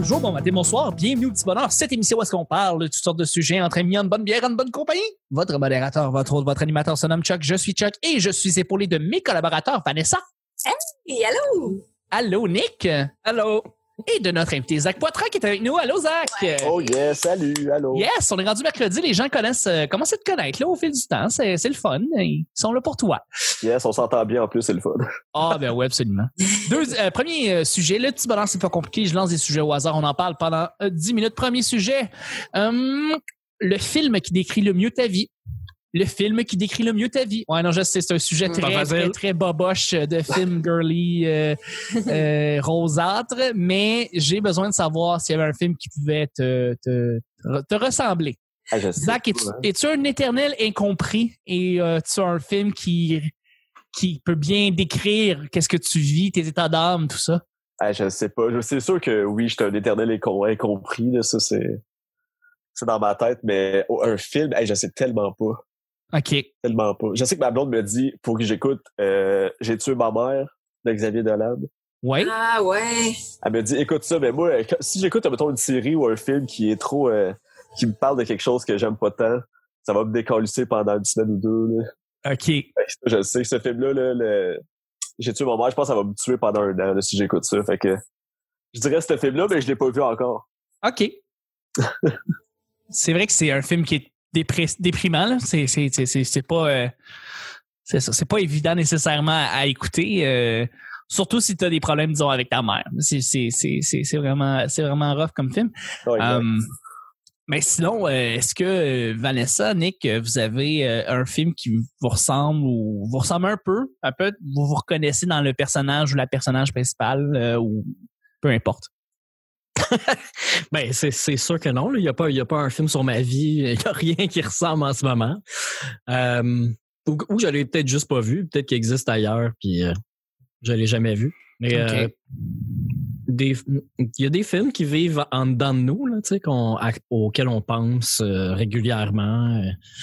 bonjour, bon matin, bonsoir, bienvenue au Petit Bonheur, cette émission où est-ce qu'on parle de toutes sortes de sujets entre amis, en bonne bière, en bonne compagnie. Votre modérateur, votre hôte, votre animateur se nomme Chuck, je suis Chuck et je suis épaulé de mes collaborateurs Vanessa. Hey, allô! Allô Nick. Allô. Et de notre invité Zach Poitras qui est avec nous. Allô Zach. Ouais. Oh yes, salut, allô. Yes, on est rendu mercredi, les gens commencent à te connaître là, au fil du temps, c'est le fun, ils sont là pour toi. Yes, on s'entend bien en plus, c'est le fun. Ah ben oui, absolument. Premier sujet, le Petit Bonheur, c'est pas compliqué, je lance des sujets au hasard, on en parle pendant 10 minutes. Premier sujet, le film qui décrit le mieux ta vie. Le film qui décrit le mieux ta vie. Ouais, non, je sais, c'est un sujet très boboche de film girly rosâtre, mais j'ai besoin de savoir s'il y avait un film qui pouvait te ressembler. Ah, je sais. Zach, es-tu un éternel incompris et tu as un film qui peut bien décrire qu'est-ce que tu vis, tes états d'âme, tout ça? Ah, je sais pas. C'est sûr que oui, je suis un éternel incompris, là, ça c'est dans ma tête, mais un film, je sais tellement pas. OK. Tellement pas. Je sais que ma blonde me dit, faut que j'écoute J'ai tué ma mère de Xavier Dolan. Ouais. Ah ouais! Elle me dit, écoute ça, mais moi, si j'écoute, mettons, une série ou un film qui est trop, qui me parle de quelque chose que j'aime pas tant, ça va me décalisser pendant une semaine ou deux, là. OK. Je sais que ce film-là, là, J'ai tué ma mère, je pense que ça va me tuer pendant un an, là, si j'écoute ça. Fait que, je dirais ce film-là, mais je l'ai pas vu encore. OK. C'est vrai que c'est un film qui est déprimant, là. C'est pas c'est ça, c'est pas évident nécessairement à écouter, surtout si tu as des problèmes, disons, avec ta mère. C'est vraiment rough comme film. Ouais, Mais sinon, est-ce que Vanessa, Nick, vous avez un film qui vous ressemble ou vous ressemble un peu? Vous vous reconnaissez dans le personnage ou la personnage principale ou peu importe? Ben, c'est sûr que non. Il n'y a pas un film sur ma vie. Il n'y a rien qui ressemble en ce moment. Ou je l'ai peut-être juste pas vu. Peut-être qu'il existe ailleurs, puis je l'ai jamais vu. Mais Okay. il y a des films qui vivent en dedans de nous, là, tu sais, auxquels on pense régulièrement.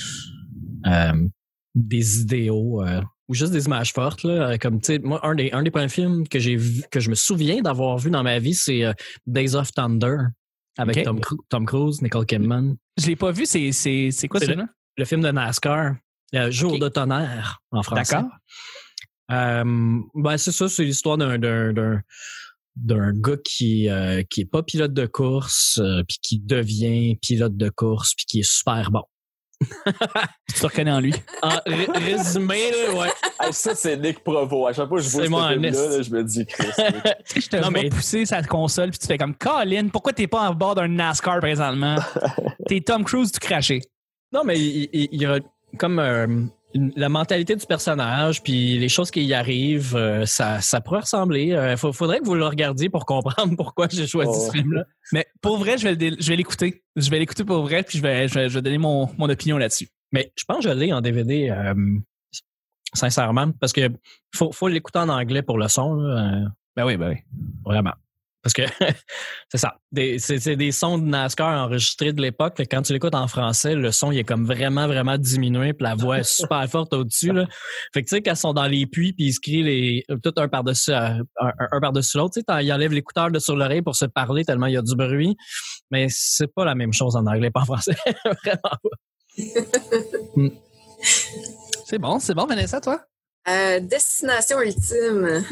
Des idéaux ou juste des images fortes, là, comme tu sais, moi un des premiers films que j'ai vu, que je me souviens d'avoir vu dans ma vie, c'est Days of Thunder avec Okay. Tom Cruise, Nicole Kidman. Je l'ai pas vu, c'est quoi C'est celui-là? Le film de NASCAR, Jour Okay. de tonnerre en français. D'accord. Ben c'est ça, c'est l'histoire d'un gars qui est pas pilote de course, puis qui devient pilote de course, puis qui est super bon. Tu te reconnais en lui. En résumé, là, ouais. Hey, ça, c'est Nick Provo. À chaque fois que je vois C'est ce moi, film-là, Ernest. là, je me dis, Chris. Je te Non, vois mais- pousser sa console puis tu fais comme Colin, pourquoi t'es pas en bord d'un NASCAR présentement? T'es Tom Cruise, tu crachais. Non, mais il y a comme la mentalité du personnage, puis les choses qui y arrivent, ça pourrait ressembler. Faudrait que vous le regardiez pour comprendre pourquoi j'ai choisi ce film-là. Mais pour vrai, je vais l'écouter. Je vais l'écouter pour vrai puis je vais donner mon opinion là-dessus. Mais je pense que je l'ai en DVD, sincèrement, parce que faut l'écouter en anglais pour le son, là, Ben oui. vraiment. Parce que c'est ça. C'est des sons de NASCAR enregistrés de l'époque. Fait que quand tu l'écoutes en français, le son il est comme vraiment, vraiment diminué, puis la voix est super forte au-dessus. Là. Fait que tu sais, quand ils sont dans les puits, puis ils se crient tout un par-dessus un par-dessus l'autre, tu sais, ils enlèvent l'écouteur de sur l'oreille pour se parler tellement il y a du bruit. Mais c'est pas la même chose en anglais, pas en français. Vraiment pas. C'est bon, Vanessa, toi? Destination ultime.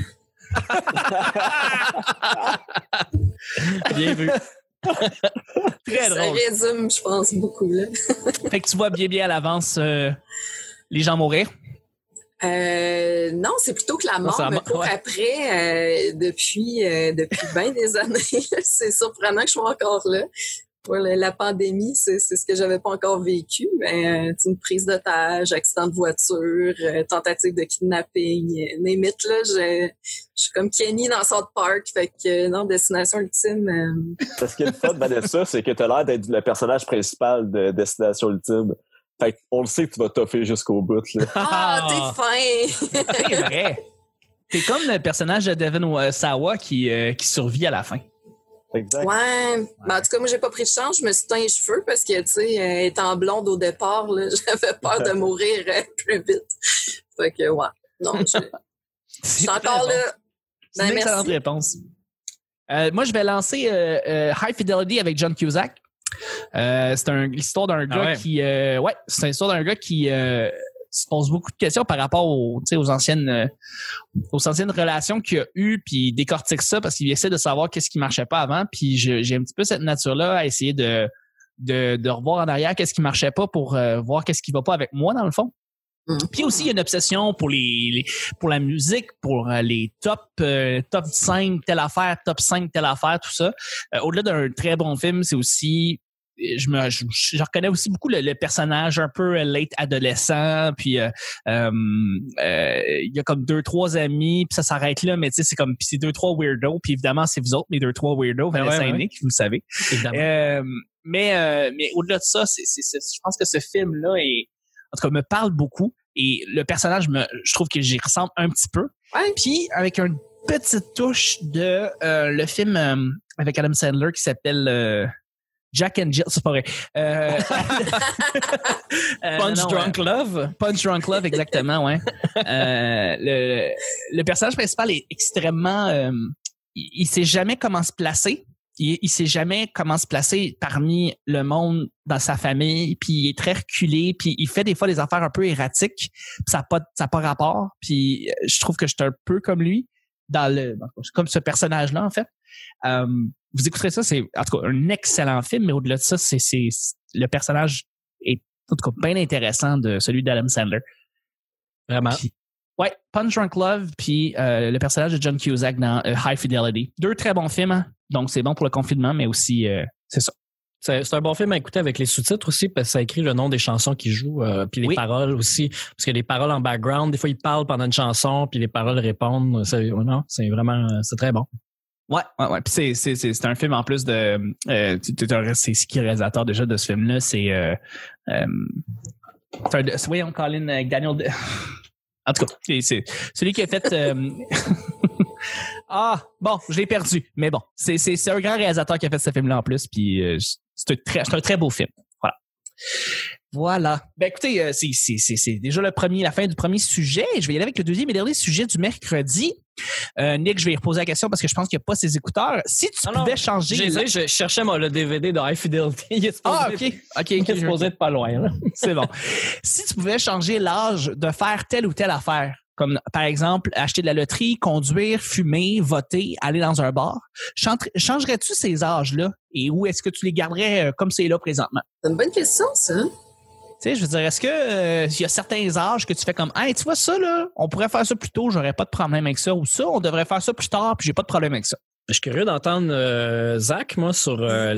Bien vu. Très Ça drôle. résume, je pense, beaucoup. Là. Fait que tu vois bien à l'avance les gens mourir. Non, c'est plutôt que la mort Ça me court ouais. après depuis bien des années. C'est surprenant que je sois encore là. Pour la pandémie, c'est ce que j'avais pas encore vécu. Mais une prise d'otage, accident de voiture, tentative de kidnapping, name it, là, je suis comme Kenny dans South Park. Fait que non, destination ultime. Parce que le fun, Vanessa, c'est que t'as l'air d'être le personnage principal de Destination Ultime. Fait qu'on le sait que tu vas toffer jusqu'au bout, là. Ah, t'es fin! C'est vrai. T'es comme le personnage de Devin Sawa qui survit à la fin. Exact. Ouais. Ben, en tout cas, moi, j'ai pas pris de chance. Je me suis teint les cheveux parce que, tu sais, étant blonde au départ, là, j'avais peur de mourir plus vite. Fait que, ouais. Non, je suis encore là. C'est une Ben, excellente merci. réponse. Moi, je vais lancer High Fidelity avec John Cusack. C'est l'histoire d'un gars qui... c'est l'histoire d'un gars qui se pose beaucoup de questions par rapport aux anciennes relations qu'il a eues, puis il décortique ça parce qu'il essaie de savoir qu'est-ce qui marchait pas avant. Puis j'ai un petit peu cette nature-là à essayer de revoir en arrière qu'est-ce qui marchait pas pour voir qu'est-ce qui va pas avec moi, dans le fond. Puis aussi, il y a une obsession pour la musique, pour les top 5 telle affaire, top 5 telle affaire, tout ça. Au-delà d'un très bon film, c'est aussi je reconnais aussi beaucoup le personnage un peu late adolescent, puis il y a comme 2-3 amis, puis ça s'arrête là, mais tu sais, c'est comme, puis c'est 2-3 weirdos, puis évidemment c'est vous autres les 2-3 weirdos, Vanessa et Nick, vous le savez. Mais au-delà de ça, je pense que ce film-là en tout cas, me parle beaucoup, et le personnage je trouve que j'y ressemble un petit peu. Ouais. Puis avec une petite touche de le film avec Adam Sandler qui s'appelle Jack and Jill, c'est pas vrai. Drunk Love. Punch Drunk Love, exactement, ouais. Le personnage principal est extrêmement... il sait jamais comment se placer. Il sait jamais comment se placer parmi le monde dans sa famille, puis il est très reculé, puis il fait des fois des affaires un peu erratiques, puis ça n'a pas rapport. Puis je trouve que je suis un peu comme lui, comme ce personnage-là, en fait. Vous écouterez ça, c'est en tout cas un excellent film, mais au-delà de ça, c'est le personnage est en tout cas bien intéressant de celui d'Adam Sandler. Vraiment. Puis, ouais, Punch Drunk Love, puis le personnage de John Cusack dans High Fidelity. 2 très bons films, hein? Donc c'est bon pour le confinement, mais aussi c'est ça. C'est un bon film à écouter avec les sous-titres aussi, parce que ça écrit le nom des chansons qu'ils jouent, puis les paroles aussi, parce qu'il y a des paroles en background. Des fois, ils parlent pendant une chanson, puis les paroles répondent. C'est vraiment, c'est très bon. Ouais. Puis c'est un film en plus de, c'est qui est réalisateur déjà de ce film-là, voyons, Colin avec Daniel. En tout cas, c'est celui qui a fait. Ah, bon, je l'ai perdu. Mais bon, c'est un grand réalisateur qui a fait ce film-là en plus. Puis c'est un très beau film. Voilà. Ben écoutez, c'est déjà la fin du premier sujet. Je vais y aller avec le deuxième et dernier sujet du mercredi. Nick, je vais y reposer la question parce que je pense qu'il n'y a pas ses écouteurs. Si tu pouvais changer... Je cherchais le DVD de High Fidelity. Il est supposé être pas loin. Là. C'est bon. Si tu pouvais changer l'âge de faire telle ou telle affaire, comme par exemple acheter de la loterie, conduire, fumer, voter, aller dans un bar, changerais-tu ces âges-là et où est-ce que tu les garderais comme c'est là présentement? C'est une bonne question, ça. Tu sais, je veux dire, est-ce que il y a certains âges que tu fais comme, hey, tu vois ça là, on pourrait faire ça plus tôt, j'aurais pas de problème avec ça, ou ça, on devrait faire ça plus tard, puis j'ai pas de problème avec ça. Je suis curieux d'entendre Zach, moi, sur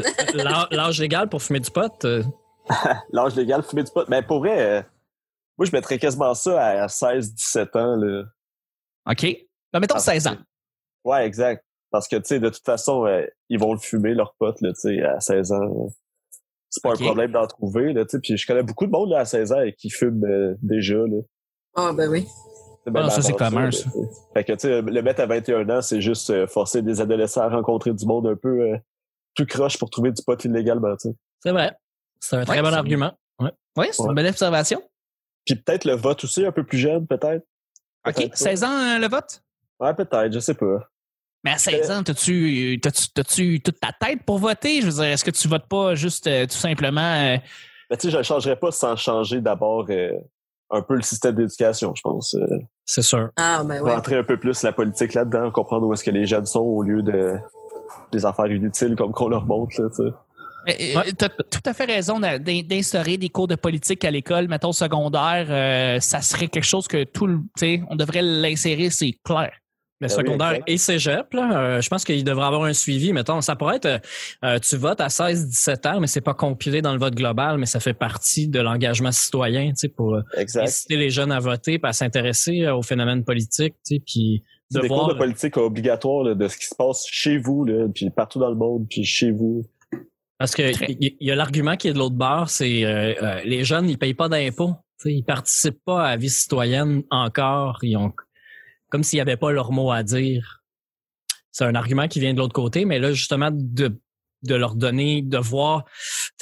l'âge légal pour fumer du pot. L'âge légal pour fumer du pot, mais pour vrai, moi je mettrais quasiment ça à 16-17 ans là. OK. Ben, mettons 16 ans. Ouais, exact. Parce que tu sais, de toute façon, ils vont le fumer leur pot là, tu sais, à 16 ans. C'est pas un problème d'en trouver, là, tu sais. Puis je connais beaucoup de monde, là, à 16 ans, qui fume déjà, là. Ah, ben oui. Ça, c'est commun, ça. Fait que, tu sais, le mettre à 21 ans, c'est juste forcer des adolescents à rencontrer du monde un peu tout croche pour trouver du pot illégalement, tu sais. C'est vrai. C'est un très bon argument. Oui, c'est une belle observation. Puis peut-être le vote aussi, un peu plus jeune, peut-être. OK. 16 ans, le vote? Ouais, peut-être, je sais pas. Mais à 16 ans, t'as-tu toute ta tête pour voter? Je veux dire, est-ce que tu votes pas juste tout simplement... Ben, tu sais, je ne changerais pas sans changer d'abord un peu le système d'éducation, je pense. C'est sûr. Ah, ben ouais. Rentrer un peu plus la politique là-dedans, comprendre où est-ce que les jeunes sont au lieu de des affaires inutiles comme qu'on leur montre, là, tu sais. T'as tout à fait raison d'instaurer des cours de politique à l'école, mettons secondaire, ça serait quelque chose que on devrait l'insérer, c'est clair. Le secondaire et cégep, là, je pense qu'il devrait avoir un suivi. Mettons, ça pourrait être, tu votes à 16-17 ans, mais c'est pas compilé dans le vote global, mais ça fait partie de l'engagement citoyen, tu sais, pour inciter les jeunes à voter, puis à s'intéresser aux phénomènes politiques, tu sais, puis de des voir... cours de politique obligatoires là, de ce qui se passe chez vous, là, puis partout dans le monde, puis chez vous. Parce que il y a l'argument qui est de l'autre bord, c'est les jeunes, ils payent pas d'impôts, tu sais, ils participent pas à la vie citoyenne encore, ils ont comme s'il n'y avait pas leur mot à dire. C'est un argument qui vient de l'autre côté, mais là, justement, de leur donner, de voir... Tu sais, parce que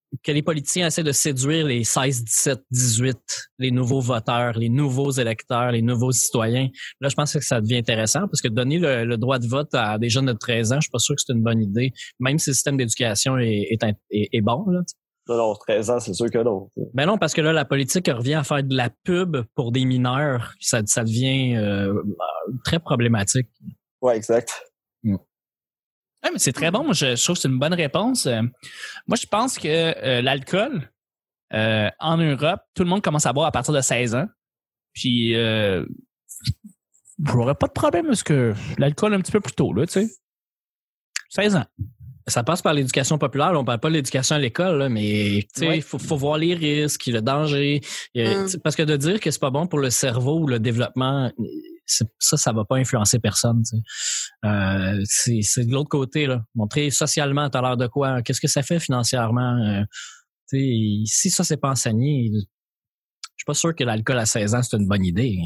que les politiciens essaient de séduire les 16, 17, 18, les nouveaux voteurs, les nouveaux électeurs, les nouveaux citoyens. Là, je pense que ça devient intéressant parce que donner le droit de vote à des jeunes de 13 ans, je suis pas sûr que c'est une bonne idée, même si le système d'éducation est bon. Là. Non, 13 ans, c'est sûr que non. Ben non, parce que là, la politique revient à faire de la pub pour des mineurs. Ça devient très problématique. Ouais, exact. Ouais, mais c'est très bon. Moi, je trouve que c'est une bonne réponse. Moi, je pense que l'alcool, en Europe, tout le monde commence à boire à partir de 16 ans. Puis, j'aurais pas de problème parce que l'alcool un petit peu plus tôt, là, tu sais. 16 ans. Ça passe par l'éducation populaire. On parle pas de l'éducation à l'école, là, mais tu sais, faut voir les risques, le danger. Parce que de dire que c'est pas bon pour le cerveau ou le développement, ça va pas influencer personne. C'est de l'autre côté, là. Montrer socialement, t'as l'air de quoi? Qu'est-ce que ça fait financièrement? Si ça, c'est pas enseigné, je suis pas sûr que l'alcool à 16 ans, c'est une bonne idée.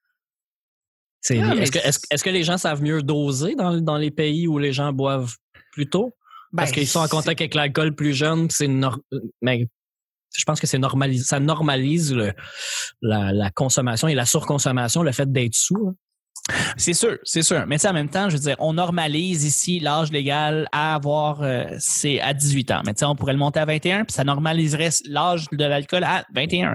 Est-ce que les gens savent mieux doser dans les pays où les gens boivent plus tôt? Parce qu'ils sont en contact avec l'alcool plus jeune, mais je pense que ça normalise la consommation et la surconsommation, le fait d'être sous. Hein. C'est sûr. Mais en même temps, je veux dire, on normalise ici l'âge légal à avoir, c'est à 18 ans. Mais on pourrait le monter à 21, puis ça normaliserait l'âge de l'alcool à 21.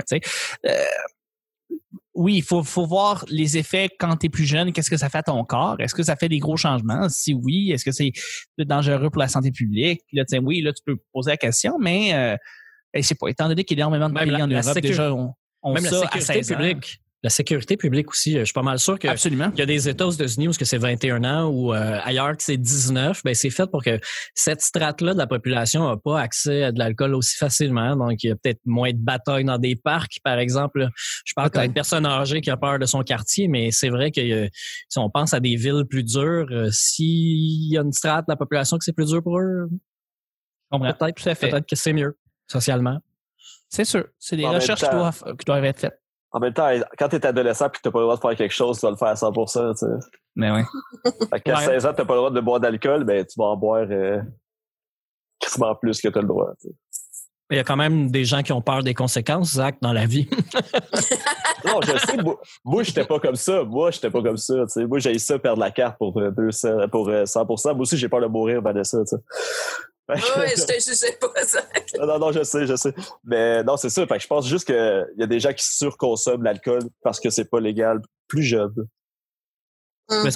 Oui, il faut voir les effets quand tu es plus jeune. Qu'est-ce que ça fait à ton corps? Est-ce que ça fait des gros changements? Si oui, est-ce que c'est dangereux pour la santé publique? Là, oui, là, tu peux poser la question, mais je sais pas, étant donné qu'il y a énormément de pays en Europe, déjà, on même ça la sécurité publique. La sécurité publique aussi, je suis pas mal sûr que absolument. Il y a des États aux États-Unis où c'est 21 ans ou ailleurs que c'est 19, ben c'est fait pour que cette strate-là de la population n'a pas accès à de l'alcool aussi facilement. Donc, il y a peut-être moins de batailles dans des parcs, par exemple. Je parle comme une personne âgée qui a peur de son quartier, mais c'est vrai que si on pense à des villes plus dures, s'il y a une strate de la population que c'est plus dur pour eux, peut-être que c'est mieux socialement. C'est sûr. C'est des recherches qui doivent être faites. En même temps, quand t'es adolescent et que t'as pas le droit de faire quelque chose, tu vas le faire à 100%, tu sais. Mais oui. Fait qu'à 16 ans, t'as pas le droit de boire d'alcool, ben, tu vas en boire quasiment plus que t'as le droit, tu sais. Il y a quand même des gens qui ont peur des conséquences, Zach, dans la vie. Non, je sais, moi, j'étais pas comme ça. Tu sais. Moi, j'ai eu ça, perdre la carte pour 100%. Moi aussi, j'ai peur de mourir, Vanessa, tu sais. Oui, je sais pas ça. Non, je sais. Mais non, c'est ça. Fait que je pense juste qu'il y a des gens qui surconsomment l'alcool parce que c'est pas légal plus jeune. Mais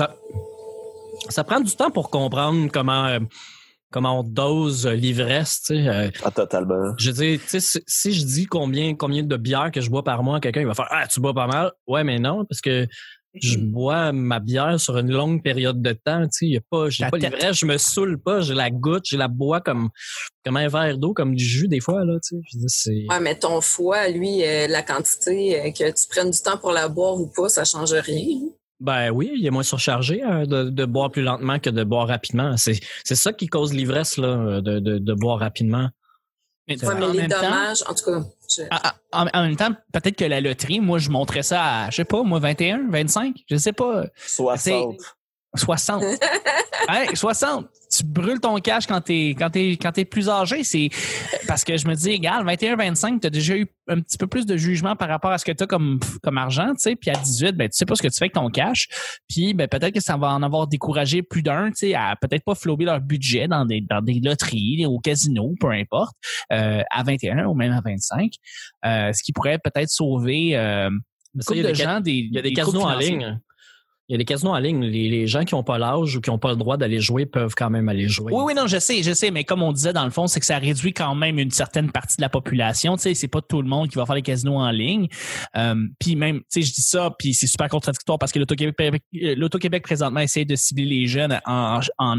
ça prend du temps pour comprendre comment on dose l'ivresse, tu sais. Totalement. Je veux dire, tu sais, si je dis combien de bières que je bois par mois, quelqu'un il va faire « Ah, tu bois pas mal? » Ouais, mais non, parce que je bois ma bière sur une longue période de temps, tu sais, j'ai pas l'ivresse, je me saoule pas, je la goûte, je la bois comme un verre d'eau, comme du jus des fois, là, tu sais. Je veux dire, c'est... Ouais, mais ton foie, lui, la quantité, que tu prennes du temps pour la boire ou pas, ça change rien. Ben oui, il est moins surchargé de boire plus lentement que de boire rapidement. C'est ça qui cause l'ivresse, là, de boire rapidement. Mais les dommages, en tout cas... En même temps, peut-être que la loterie, moi, je monterais ça à, je sais pas, moi, 21, 25, je sais pas. 60. 60. Hey, 60. Tu brûles ton cash quand t'es plus âgé. C'est parce que je me dis, égal, 21, 25, t'as déjà eu un petit peu plus de jugement par rapport à ce que t'as comme argent, tu sais. Puis à 18, ben, tu sais pas ce que tu fais avec ton cash. Puis, ben, peut-être que ça va en avoir découragé plus d'un, tu sais, à peut-être pas flouber leur budget dans des loteries, au casino, peu importe, à 21 ou même à 25. Ce qui pourrait peut-être sauver, il y a des casinos en ligne. Il y a des casinos en ligne. Les gens qui n'ont pas l'âge ou qui n'ont pas le droit d'aller jouer peuvent quand même aller jouer. Oui, non, je sais, mais comme on disait dans le fond, c'est que ça réduit quand même une certaine partie de la population. Tu sais, c'est pas tout le monde qui va faire les casinos en ligne. Puis même, tu sais, je dis ça, puis c'est super contradictoire parce que l'Auto-Québec présentement essaie de cibler les jeunes en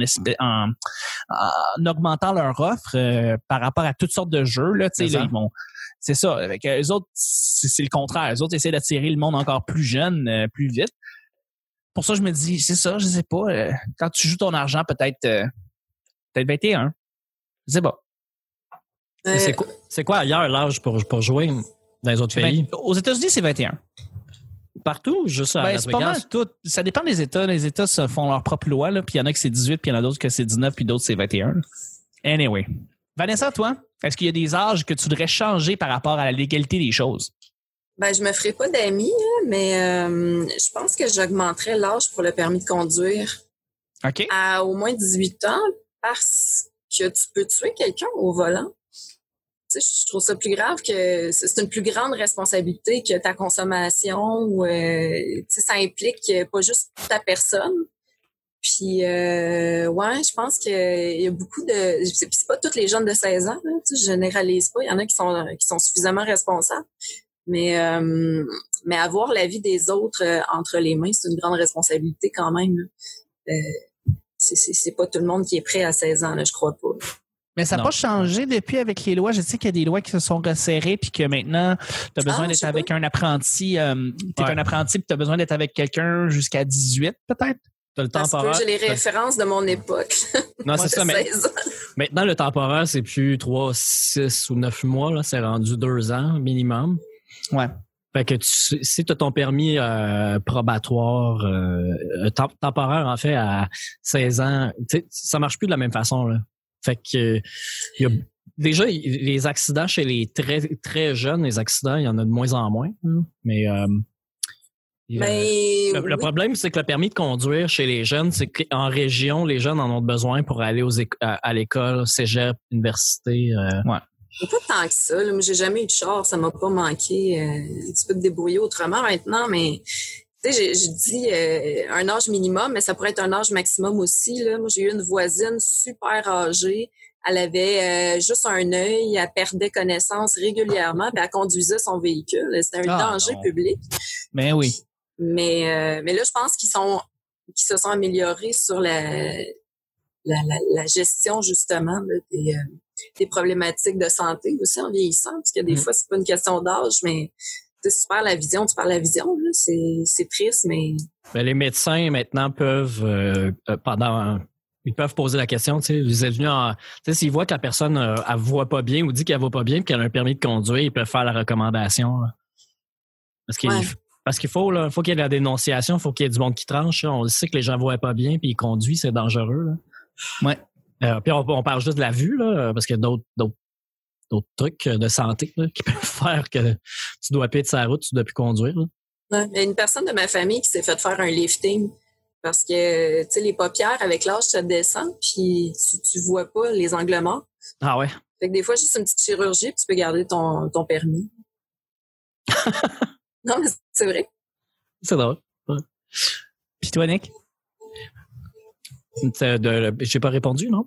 augmentant leur offre par rapport à toutes sortes de jeux. Là, tu sais, là, ils vont. C'est ça. Avec eux autres, c'est le contraire. Eux autres essaient d'attirer le monde encore plus jeune, plus vite. Pour ça, je me dis, c'est ça, je sais pas. Quand tu joues ton argent, peut-être 21. Je sais pas. C'est quoi ailleurs l'âge pour jouer dans les autres pays? Aux États-Unis, c'est 21. Partout, juste à Las Vegas? Pas mal tout. Ça dépend des États. Les États se font leur propre loi, là, puis il y en a que c'est 18, puis il y en a d'autres que c'est 19, puis d'autres c'est 21. Anyway. Vanessa, toi, Est-ce qu'il y a des âges que tu voudrais changer par rapport à la légalité des choses? Ben, je me ferai pas d'amis, mais je pense que j'augmenterais l'âge pour le permis de conduire OK. à au moins 18 ans parce que tu peux tuer quelqu'un au volant. Tu sais, je trouve ça plus grave que c'est une plus grande responsabilité que ta consommation ou tu sais, ça implique pas juste ta personne. Puis ouais, je pense qu'il y a beaucoup de c'est pas tous les jeunes de 16 ans, là, tu sais, je généralise pas, il y en a qui sont suffisamment responsables. Mais avoir la vie des autres entre les mains, c'est une grande responsabilité quand même. C'est pas tout le monde qui est prêt à 16 ans, là, je crois pas. Mais ça n'a pas changé depuis avec les lois. Je sais qu'il y a des lois qui se sont resserrées puis que maintenant, tu as besoin d'être avec un apprenti. Tu es un apprenti puis tu as besoin d'être avec quelqu'un jusqu'à 18 peut-être? T'as le temporaire. J'ai les références de mon époque. Non, c'est ça. Mais maintenant, le temporaire, c'est plus 3, 6 ou 9 mois. Là, c'est rendu 2 ans minimum. Ouais. Fait que si tu as ton permis probatoire, temporaire, en fait, à 16 ans, ça marche plus de la même façon. Là. Fait que y a déjà les accidents chez les très, très jeunes, les accidents, il y en a de moins en moins. Mais le problème, c'est que le permis de conduire chez les jeunes, c'est qu'en région, les jeunes en ont besoin pour aller à l'école, cégep, université. Ouais. Pas tant que ça. Là. Moi, j'ai jamais eu de char, ça m'a pas manqué. Tu peux te débrouiller autrement maintenant, mais tu sais, je dis un âge minimum, mais ça pourrait être un âge maximum aussi. Là. Moi, j'ai eu une voisine super âgée. Elle avait juste un œil, elle perdait connaissance régulièrement, puis elle conduisait son véhicule. C'était un danger public. Ben oui. Mais là, je pense qu'ils se sont améliorés sur la gestion justement là, des problématiques de santé aussi en vieillissant, parce que des fois, c'est pas une question d'âge, mais tu perds la vision, là, c'est triste, mais... Ben, les médecins, maintenant, peuvent, ils peuvent poser la question, tu sais, vous êtes venu s'ils voient que la personne, elle voit pas bien ou dit qu'elle voit pas bien puis qu'elle a un permis de conduire, ils peuvent faire la recommandation, là. Parce qu'il faut qu'il y ait de la dénonciation, il faut qu'il y ait du monde qui tranche, là. On le sait que les gens voient pas bien puis ils conduisent, c'est dangereux, là. Ouais. Puis on parle juste de la vue, là, parce qu'il y a d'autres trucs de santé là, qui peuvent faire que tu dois payer de sa route, tu dois plus conduire. Là. Ouais, il y a une personne de ma famille qui s'est fait faire un lifting parce que tu sais les paupières avec l'âge ça descend puis tu vois pas les angles morts. Ah ouais. Fait que des fois juste une petite chirurgie puis tu peux garder ton permis. Non mais c'est vrai. C'est drôle. Ouais. Puis toi Nick? J'ai pas répondu, non?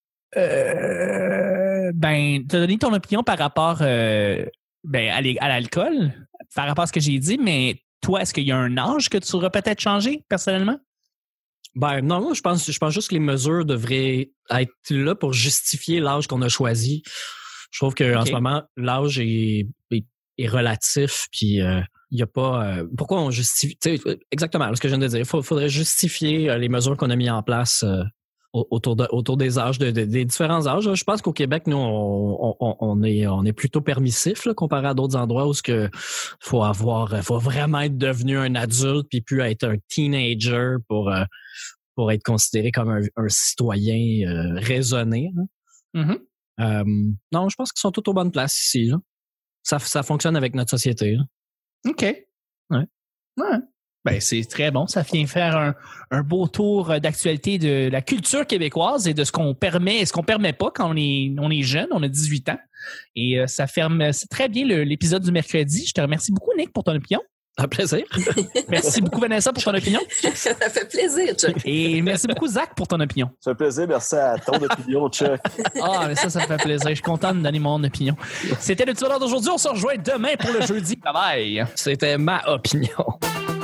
Ben, tu as donné ton opinion par rapport à l'alcool, par rapport à ce que j'ai dit, mais toi, est-ce qu'il y a un âge que tu aurais peut-être changé, personnellement? Ben non, moi, je pense juste que les mesures devraient être là pour justifier l'âge qu'on a choisi. Je trouve qu'en ce moment, l'âge est relatif, puis il n'y a pas... pourquoi on justifie... Exactement, ce que je viens de dire. Il faudrait justifier les mesures qu'on a mises en place autour des âges, des différents âges. Je pense qu'au Québec, nous, on est plutôt permissif là, comparé à d'autres endroits où faut vraiment être devenu un adulte puis plus être un teenager pour être considéré comme un citoyen raisonné. Mm-hmm. Non, je pense qu'ils sont tous aux bonnes places ici. Là. Ça fonctionne avec notre société. Là. OK. Ouais. Ben, c'est très bon. Ça vient faire un beau tour d'actualité de la culture québécoise et de ce qu'on permet et ce qu'on permet pas quand on est jeune. On a 18 ans. Et ça ferme très bien l'épisode du mercredi. Je te remercie beaucoup, Nick, pour ton opinion. Un plaisir. Merci beaucoup, Vanessa, pour ton opinion. Ça fait plaisir, Chuck. Et merci beaucoup, Zach, pour ton opinion. Ça fait plaisir. Merci à ton opinion, Chuck. Ah, mais ça me fait plaisir. Je suis content de donner mon opinion. C'était le petit bonheur d'aujourd'hui. On se rejoint demain pour le jeudi. Bye bye. C'était ma opinion.